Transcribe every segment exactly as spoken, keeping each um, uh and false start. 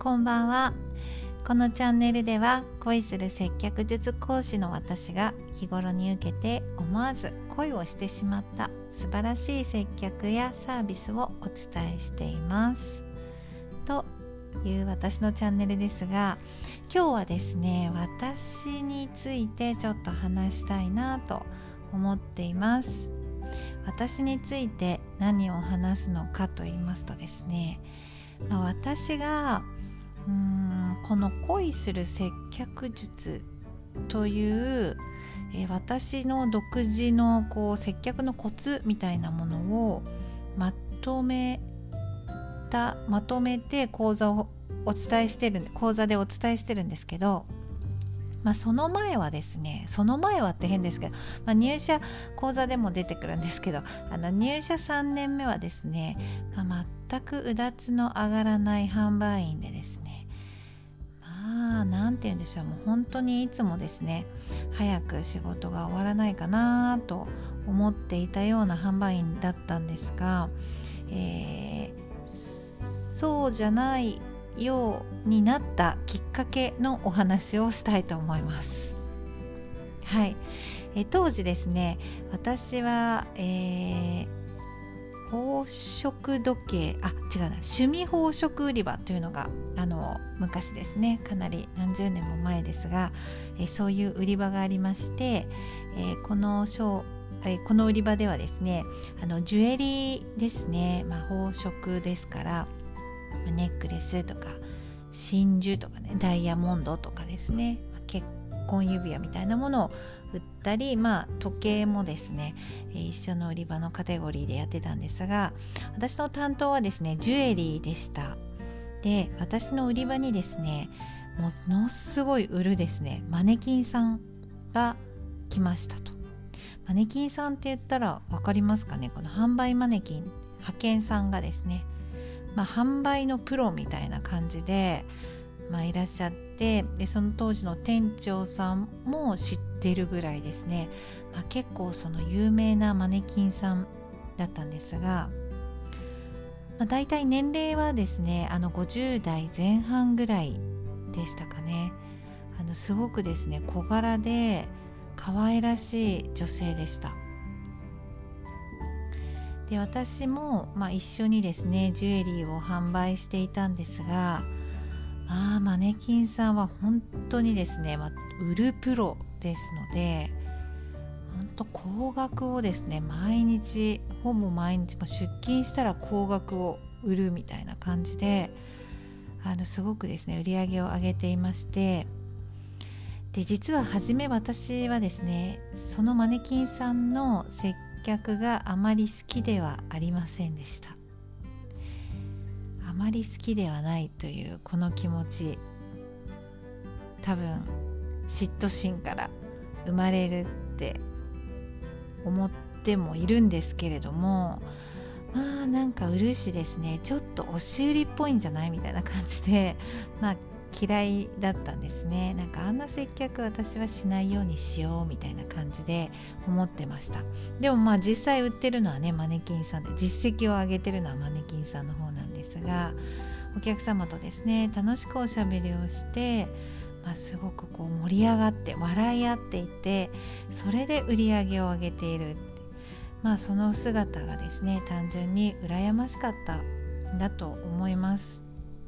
こんばんは。このチャンネルでは恋する接客術講師の私が日頃に受けて思わず恋をしてしまった素晴らしい接客やサービスをお伝えしていますという私のチャンネルですが、今日はですね、私についてちょっと話したいなと思っています。私について何を話すのかと言いますとですね、まあ、私がうーんこの恋する接客術という、えー、私の独自のこう接客のコツみたいなものをまとめたまとめて講座をお伝えしてる講座でお伝えしてるんですけど、まあ、その前はですねその前はって変ですけど、まあ、入社講座でも出てくるんですけど、あの入社さんねんめはですね、まあ、全くうだつの上がらない販売員でですね、まあなんて言うんでしょう、もう本当にいつもですね早く仕事が終わらないかなと思っていたような販売員だったんですが、えー、そうじゃないようになったきっかけのお話をしたいと思います。はい、え当時ですね、私は、えー宝飾時計あ違うな趣味宝飾売り場というのがあの昔ですね、かなり何十年も前ですが、えそういう売り場がありまして、えこのショーえこの売り場ではですね、あのジュエリーですね、まあ、宝飾ですからネックレスとか真珠とかね、ダイヤモンドとかですね、結婚指輪みたいなものを売ったり、まあ、時計もですね、えー、一緒の売り場のカテゴリーでやってたんですが、私の担当はですねジュエリーでした。で、私の売り場にですねものすごい売るですねマネキンさんが来ましたと。マネキンさんって言ったら分かりますかね、この販売マネキン派遣さんがですね、まあ、販売のプロみたいな感じで、まあ、いらっしゃって、でその当時の店長さんも知ってるぐらいですね、まあ、結構その有名なマネキンさんだったんですが、まあ、だいたい年齢はですねあのごじゅうだいぜん半ぐらいでしたかね。あのすごくですね小柄で可愛らしい女性でした。で私も、まあ、一緒にですねジュエリーを販売していたんですが、まあ、マネキンさんは本当にですね、まあ、売るプロですので、本当高額をですね毎日ほぼ毎日も出勤したら高額を売るみたいな感じで、あのすごくですね売り上げを上げていまして、で実は初め私はですねそのマネキンさんの接客があまり好きではありませんでした。あまり好きではないというこの気持ち、多分嫉妬心から生まれるって思ってもいるんですけれども、まあなんか漆ですねちょっと押し売りっぽいんじゃないみたいな感じで、まあ嫌いだったんですね。なんかあんな接客私はしないようにしようみたいな感じで思ってました。でもまあ実際売ってるのはねマネキンさんで、実績を上げてるのはマネキンさんの方なんですが、お客様とですね楽しくおしゃべりをして、まあ、すごくこう盛り上がって笑い合っていて、それで売り上げを上げているって、まあその姿がですね単純に羨ましかったんだと思います。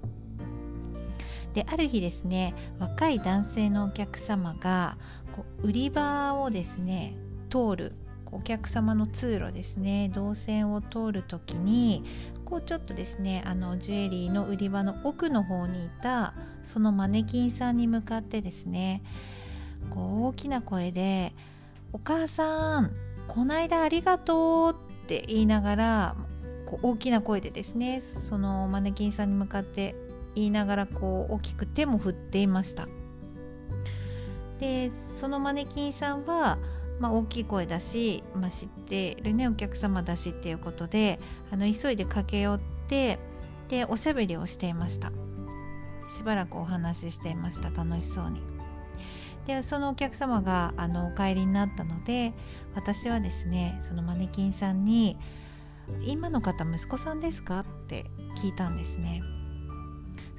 である日ですね、若い男性のお客様がこう売り場をですね通るお客様の通路ですね、動線を通るときにこうちょっとですねあのジュエリーの売り場の奥の方にいたそのマネキンさんに向かってですね、こう大きな声でお母さんこないだありがとうって言いながら、こう大きな声でですねそのマネキンさんに向かって言いながらこう大きく手も振っていました。でそのマネキンさんは、まあ、大きい声だし、まあ、知ってるねお客様だしっていうことで、あの急いで駆け寄ってでおしゃべりをしていました。しばらくお話ししていました、楽しそうに。でそのお客様があのお帰りになったので、私はですねそのマネキンさんに今の方息子さんですかって聞いたんですね。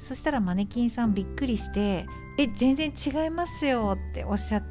そしたらマネキンさんびっくりして、え全然違いますよっておっしゃって、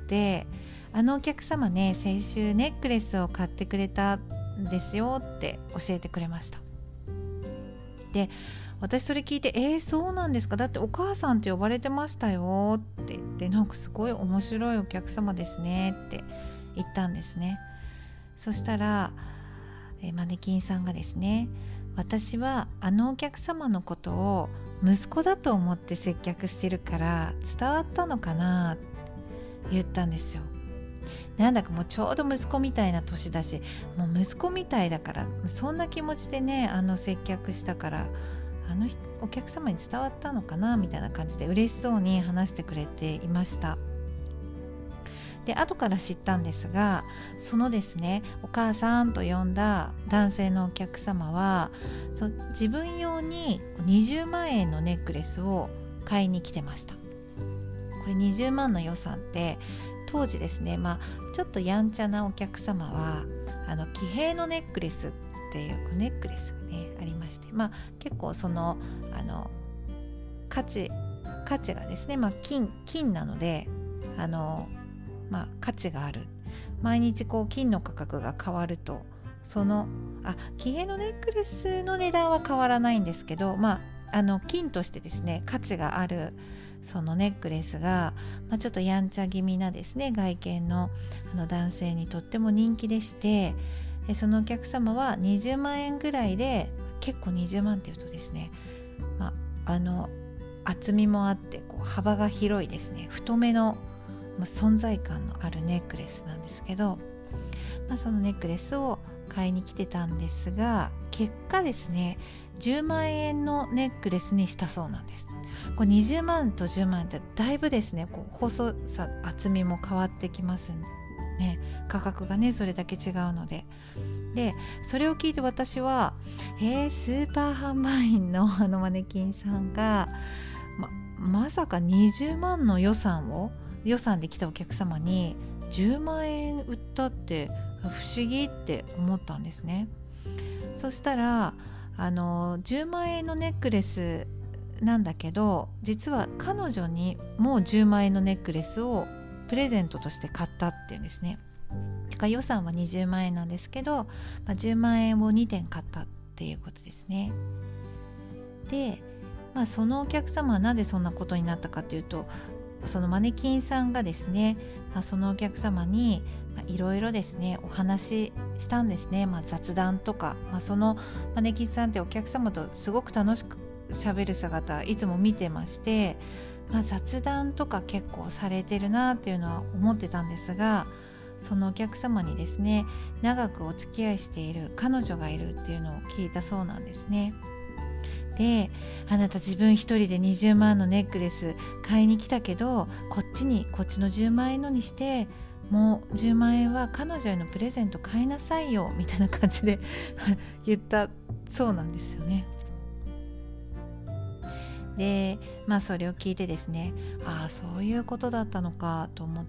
あのお客様ね先週ネックレスを買ってくれたんですよって教えてくれました。で私それ聞いて、えー、そうなんですか、だってお母さんって呼ばれてましたよって言って、なんかすごい面白いお客様ですねって言ったんですね。そしたらえマネキンさんがですね、私はあのお客様のことを息子だと思って接客してるから伝わったのかなって言ったんですよ。なんだかもうちょうど息子みたいな年だし、もう息子みたいだから、そんな気持ちでねあの接客したから、あのお客様に伝わったのかなみたいな感じで嬉しそうに話してくれていました。で後から知ったんですが、そのですねお母さんと呼んだ男性のお客様は、そ自分用ににじゅうまんえんのネックレスを買いに来てました。これにじゅうまんの予算って当時ですね、まあ、ちょっとやんちゃなお客様はあの騎兵のネックレスっていうネックレスがねありまして、まあ、結構そのあの価値価値がですね、まあ、金金なのであのまあ、価値がある。毎日こう金の価格が変わると、そのあ騎兵のネックレスの値段は変わらないんですけど、まあ、あの金としてですね価値があるそのネックレスが、まあ、ちょっとやんちゃ気味なですね外見の、あの男性にとっても人気でして、そのお客様はにじゅうまんえんぐらいで、結構にじゅうまんっていうとですね、まあ、あの厚みもあってこう幅が広いですね太めの存在感のあるネックレスなんですけど、まあ、そのネックレスを買いに来てたんですが、結果ですねじゅうまんえんのネックレスにしたそうなんです。これにじゅうまんとじゅうまんえんってだいぶですねこう細さ厚みも変わってきますね、価格がねそれだけ違うので。でそれを聞いて私はえー、スーパー販売員のあのマネキンさんが ま, まさかにじゅうまんの予算を予算で来たお客様にじゅうまんえん売ったって不思議って思ったんですね。そしたらあのじゅうまんえんのネックレスなんだけど、実は彼女にもうじゅうまんえんのネックレスをプレゼントとして買ったっていうんですね。だから予算はにじゅうまんえんなんですけど、まあ、じゅうまんえんをにてん買ったっていうことですね。で、まあ、そのお客様はなぜそんなことになったかというと、そのマネキンさんがですね、まあ、そのお客様にいろいろですねお話ししたんですね、まあ、雑談とか、まあ、そのマネキンさんってお客様とすごく楽しく喋る姿いつも見てまして、まあ、雑談とか結構されてるなっていうのは思ってたんですが、そのお客様にですね長くお付き合いしている彼女がいるっていうのを聞いたそうなんですね。で、あなた自分一人でにじゅうまんのネックレス買いに来たけど、こっちにこっちのじゅうまんえんのにしてもうじゅうまんえんは彼女へのプレゼント買いなさいよみたいな感じで言ったそうなんですよね。で、まあそれを聞いてですね、ああそういうことだったのかと思って、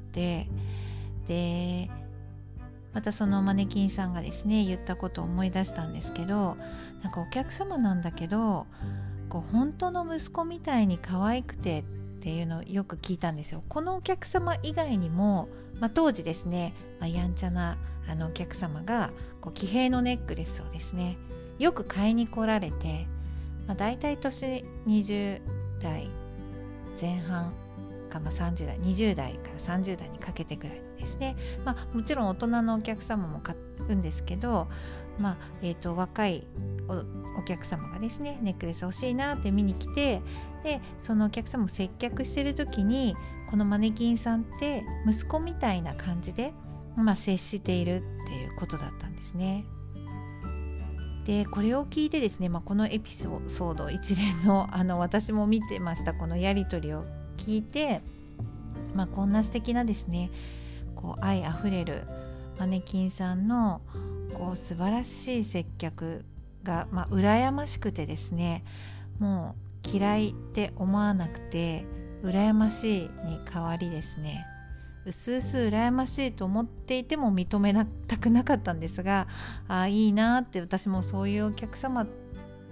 でまたそのマネキンさんがですね言ったことを思い出したんですけど、なんかお客様なんだけどこう本当の息子みたいに可愛くてっていうのをよく聞いたんですよ。このお客様以外にも、まあ、当時ですね、まあ、やんちゃなあのお客様がこう騎兵のネックレスをですねよく買いに来られて、まあ、大体年にじゅうだいぜん半か、まあ、さんじゅうだいにじゅうだいからさんじゅうだいにかけてぐらいのですね、まあ、もちろん大人のお客様も買うんですけど、まあえー、と若い お, お客様がですねネックレス欲しいなって見に来て、でそのお客様を接客してる時にこのマネキンさんって息子みたいな感じで、まあ、接しているっていうことだったんですね。でこれを聞いてですね、まあ、このエピソード一連 の, あの私も見てましたこのやり取りを聞いて、まあ、こんな素敵なですねこう愛あふれるマネキンさんのこう素晴らしい接客が、まあ、羨ましくてですね、もう嫌いって思わなくて羨ましいに変わりですね、うすうす羨ましいと思っていても認めたくなかったんですが、あいいなって、私もそういうお客様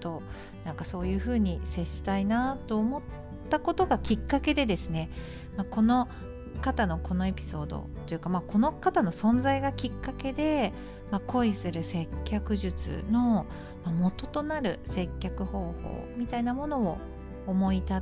となんかそういうふうに接したいなと思ったことがきっかけでですね、まあ、この方のこのエピソードというか、まあ、この方の存在がきっかけで、まあ、恋する接客術の元となる接客方法みたいなものを思い立って、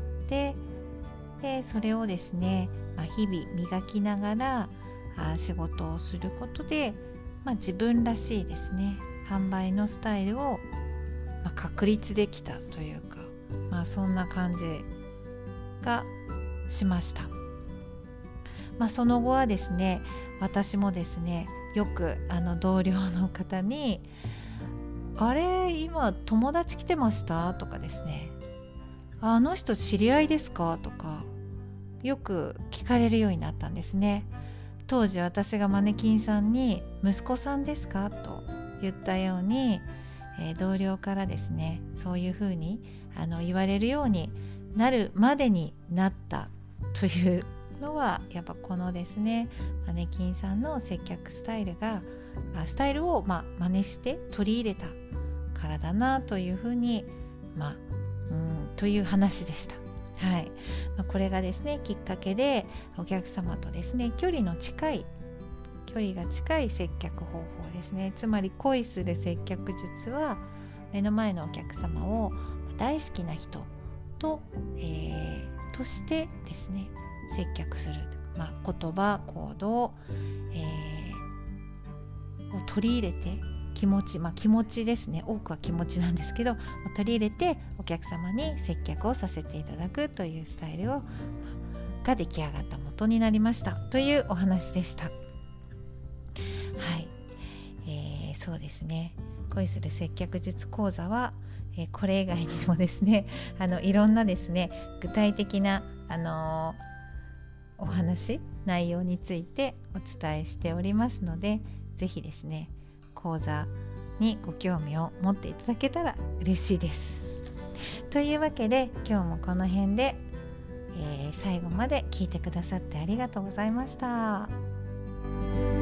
でそれをですね、まあ、日々磨きながらあ仕事をすることで、まあ、自分らしいですね販売のスタイルを、まあ、確立できたというか、まあ、そんな感じがしました。まあ、その後はですね、私もですねよくあの同僚の方にあれ今友達来てましたとかですね、あの人知り合いですかとかよく聞かれるようになったんですね。当時私がマネキンさんに息子さんですかと言ったように、えー、同僚からですねそういうふうにあの言われるようになるまでになったというのはやっぱこのですねマネキンさんの接客スタイルがスタイルをまあ真似して取り入れたからだなというふうにまあうんという話でした。はい、まあ、これがですねきっかけでお客様とですね距離の近い距離が近い接客方法ですね。つまり恋する接客術は目の前のお客様を大好きな人と、えー、としてですね接客する、まあ、言葉行動、えー、を取り入れて気持ち、まあ、気持ちですね多くは気持ちなんですけど取り入れてお客様に接客をさせていただくというスタイルをが出来上がった元になりましたというお話でした。はい、えー、そうですね恋する接客術講座は、えー、これ以外にもですねあのいろんなですね具体的な、あのーお話内容についてお伝えしておりますので、ぜひですね講座にご興味を持っていただけたら嬉しいです。というわけで今日もこの辺で、えー、最後まで聞いてくださってありがとうございました。